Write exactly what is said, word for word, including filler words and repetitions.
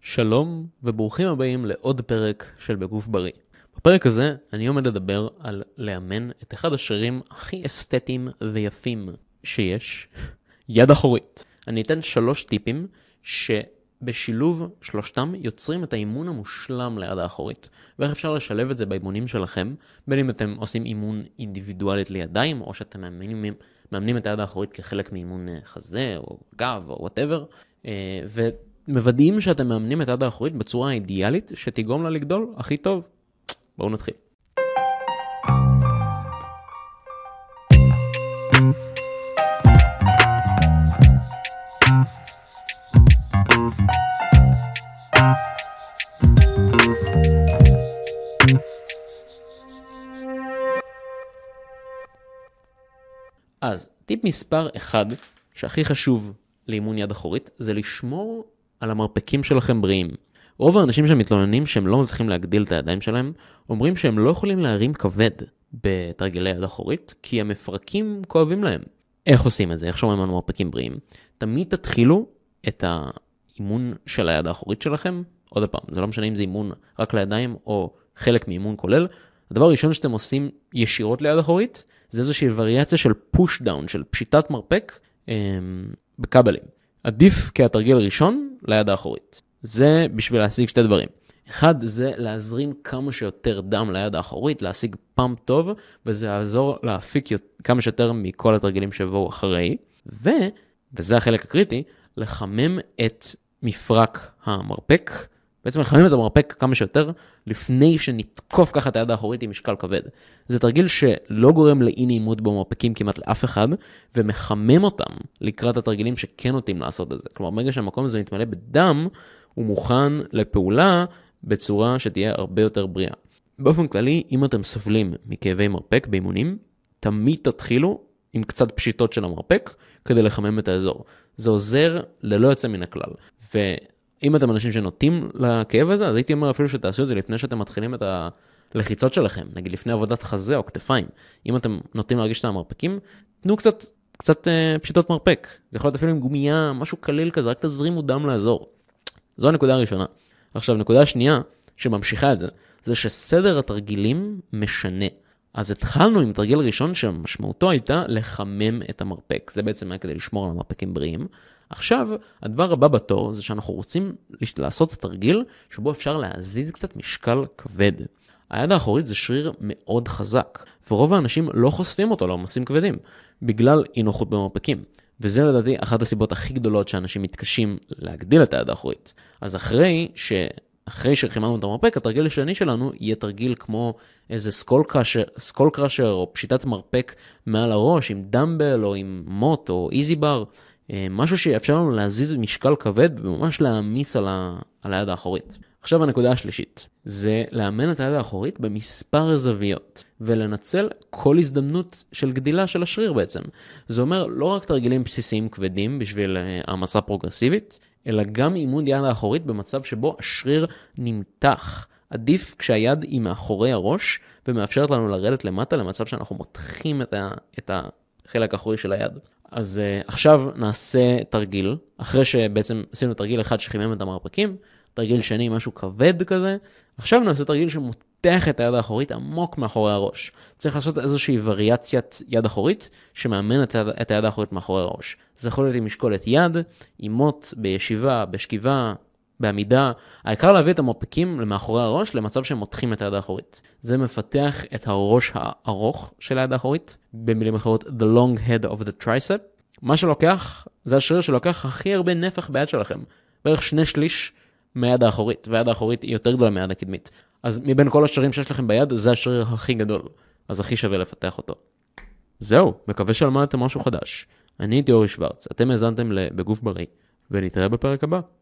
שלום וברוכים הבאים לעוד פרק של בגוף בריא. בפרק הזה אני עומד לדבר על לאמן את אחד השרירים הכי אסתטיים ויפים שיש, יד אחורית. אני אתן שלוש טיפים שבשילוב שלושתם יוצרים את האימון המושלם ליד האחורית. ואיך אפשר לשלב את זה באימונים שלכם, בין אם אתם עושים אימון אינדיבידואלית לידיים, או שאתם מאמנים, מאמנים את היד האחורית כחלק מאימון חזה או גב או whatever, ו... מוודאים שאתם מאמנים את היד האחורית בצורה האידיאלית שתגרום לה לגדול הכי טוב. בואו נתחיל. אז טיפ מספר אחד שהכי חשוב לאימון יד אחורית זה לשמור על המרפקים שלכם בריאים. רוב האנשים שמתלוננים שהם לא מצליחים להגדיל את הידיים שלהם, אומרים שהם לא יכולים להרים כבד בתרגילי יד אחורית, כי המפרקים כואבים להם. איך עושים את זה? איך שומרים על מרפקים בריאים? תמיד תתחילו את האימון של היד האחורית שלכם. עוד פעם, זה לא משנה אם זה אימון רק לידיים או חלק מאימון כולל. הדבר הראשון שאתם עושים ישירות ליד אחורית, זה איזושהי וריאציה של פוש דאון, של פשיטת מרפק אה, בכבלים. עדיף כהתרגיל ראשון ליד האחורית. זה בשביל להשיג שתי דברים. אחד, זה להזרים כמה שיותר דם ליד האחורית, להשיג פאמפ טוב, וזה יעזור להפיק כמה שיותר מכל התרגילים שבואו אחרי. ו, וזה החלק הקריטי, לחמם את מפרק המרפק, בעצם לחמם את המרפק כמה שיותר, לפני שנתקוף ככה את היד האחורית עם משקל כבד. זה תרגיל שלא גורם לאי נעימות במרפקים כמעט לאף אחד, ומחמם אותם לקראת התרגילים שכן נוטים לעשות את זה. כלומר, ברגע שהמקום הזה מתמלא בדם, הוא מוכן לפעולה בצורה שתהיה הרבה יותר בריאה. באופן כללי, אם אתם סובלים מכאבי מרפק באימונים, תמיד תתחילו עם קצת פשיטות של המרפק, כדי לחמם את האזור. זה עוזר ללא יוצא מן הכלל. ו... אם אתם אנשים שנוטים לכאב הזה, אז הייתי אומר אפילו שתעשו את זה לפני שאתם מתחילים את הלחיצות שלכם, נגיד לפני עבודת חזה או כתפיים. אם אתם נוטים להרגיש את המרפקים, תנו קצת, קצת אה, פשיטות מרפק. זה יכול להיות אפילו עם גומייה, משהו קליל כזה, רק תזרימו דם לאזור. זו הנקודה הראשונה. עכשיו, נקודה השנייה שממשיכה את זה, זה שסדר התרגילים משנה. אז התחלנו עם תרגיל ראשון שמשמעותו הייתה לחמם את המרפק. זה בעצם היה כדי לשמור על המרפקים בריאים. עכשיו, הדבר הבא בתור זה שאנחנו רוצים לעשות תרגיל שבו אפשר להזיז קצת משקל כבד. היד האחורית זה שריר מאוד חזק, ורוב האנשים לא חושפים אותו לעומסים כבדים, בגלל אי נוחות במרפקים. וזה לדעתי אחת הסיבות הכי גדולות שאנשים מתקשים להגדיל את היד האחורית. אז אחרי ש... אחרי שחיממנו את המרפק, התרגיל השני שלנו יהיה תרגיל כמו איזה סקול קראשר, סקול קראשר או פשיטת מרפק מעל הראש עם דמבל או עם מוט או איזי בר, משהו שיאפשר לנו להזיז משקל כבד וממש להעמיס על, ה... על היד האחורית. עכשיו הנקודה השלישית, זה לאמן את היד האחורית במספר זוויות, ולנצל כל הזדמנות של גדילה של השריר בעצם. זה אומר לא רק תרגילים בסיסיים כבדים בשביל העמסה פרוגרסיבית, אלא גם אימון יד האחורית במצב שבו השריר נמתח. עדיף כשהיד היא מאחורי הראש, ומאפשרת לנו לרדת למטה למצב שאנחנו מותחים את, ה... את החלק האחורי של היד. אז uh, עכשיו נעשה תרגיל, אחרי שבעצם עשינו תרגיל אחד שחימם את המרפקים, תרגיל שני משהו כבד כזה, עכשיו נעשה תרגיל שמותח את היד האחורית עמוק מאחורי הראש. צריך לעשות איזושהי וריאציית יד אחורית שמאמן את, את היד האחורית מאחורי הראש. זה יכול להיות עם משקולת יד, עם מוט, בישיבה, בשכיבה, בעמידה. העיקר להביא את המרפקים למאחורי הראש למצב שהם מותחים את היד האחורית. זה מפתח את הראש הארוך של היד האחורית, במילים אחרות the long head of the tricep. מה שלוקח, זה השריר שלוקח הכי הרבה נפח ביד שלכם. בערך שני שליש מהיד האחורית, והיד האחורית היא יותר גדולה מהיד הקדמית. אז מבין כל השרירים שיש לכם ביד, זה השריר הכי גדול. אז הכי שווה לפתח אותו. זהו, מקווה שלמדתם משהו חדש. אני הייתי אורי שוורץ, אתם האזנתם לבגוף בריא, ונתראה בפרק הבא.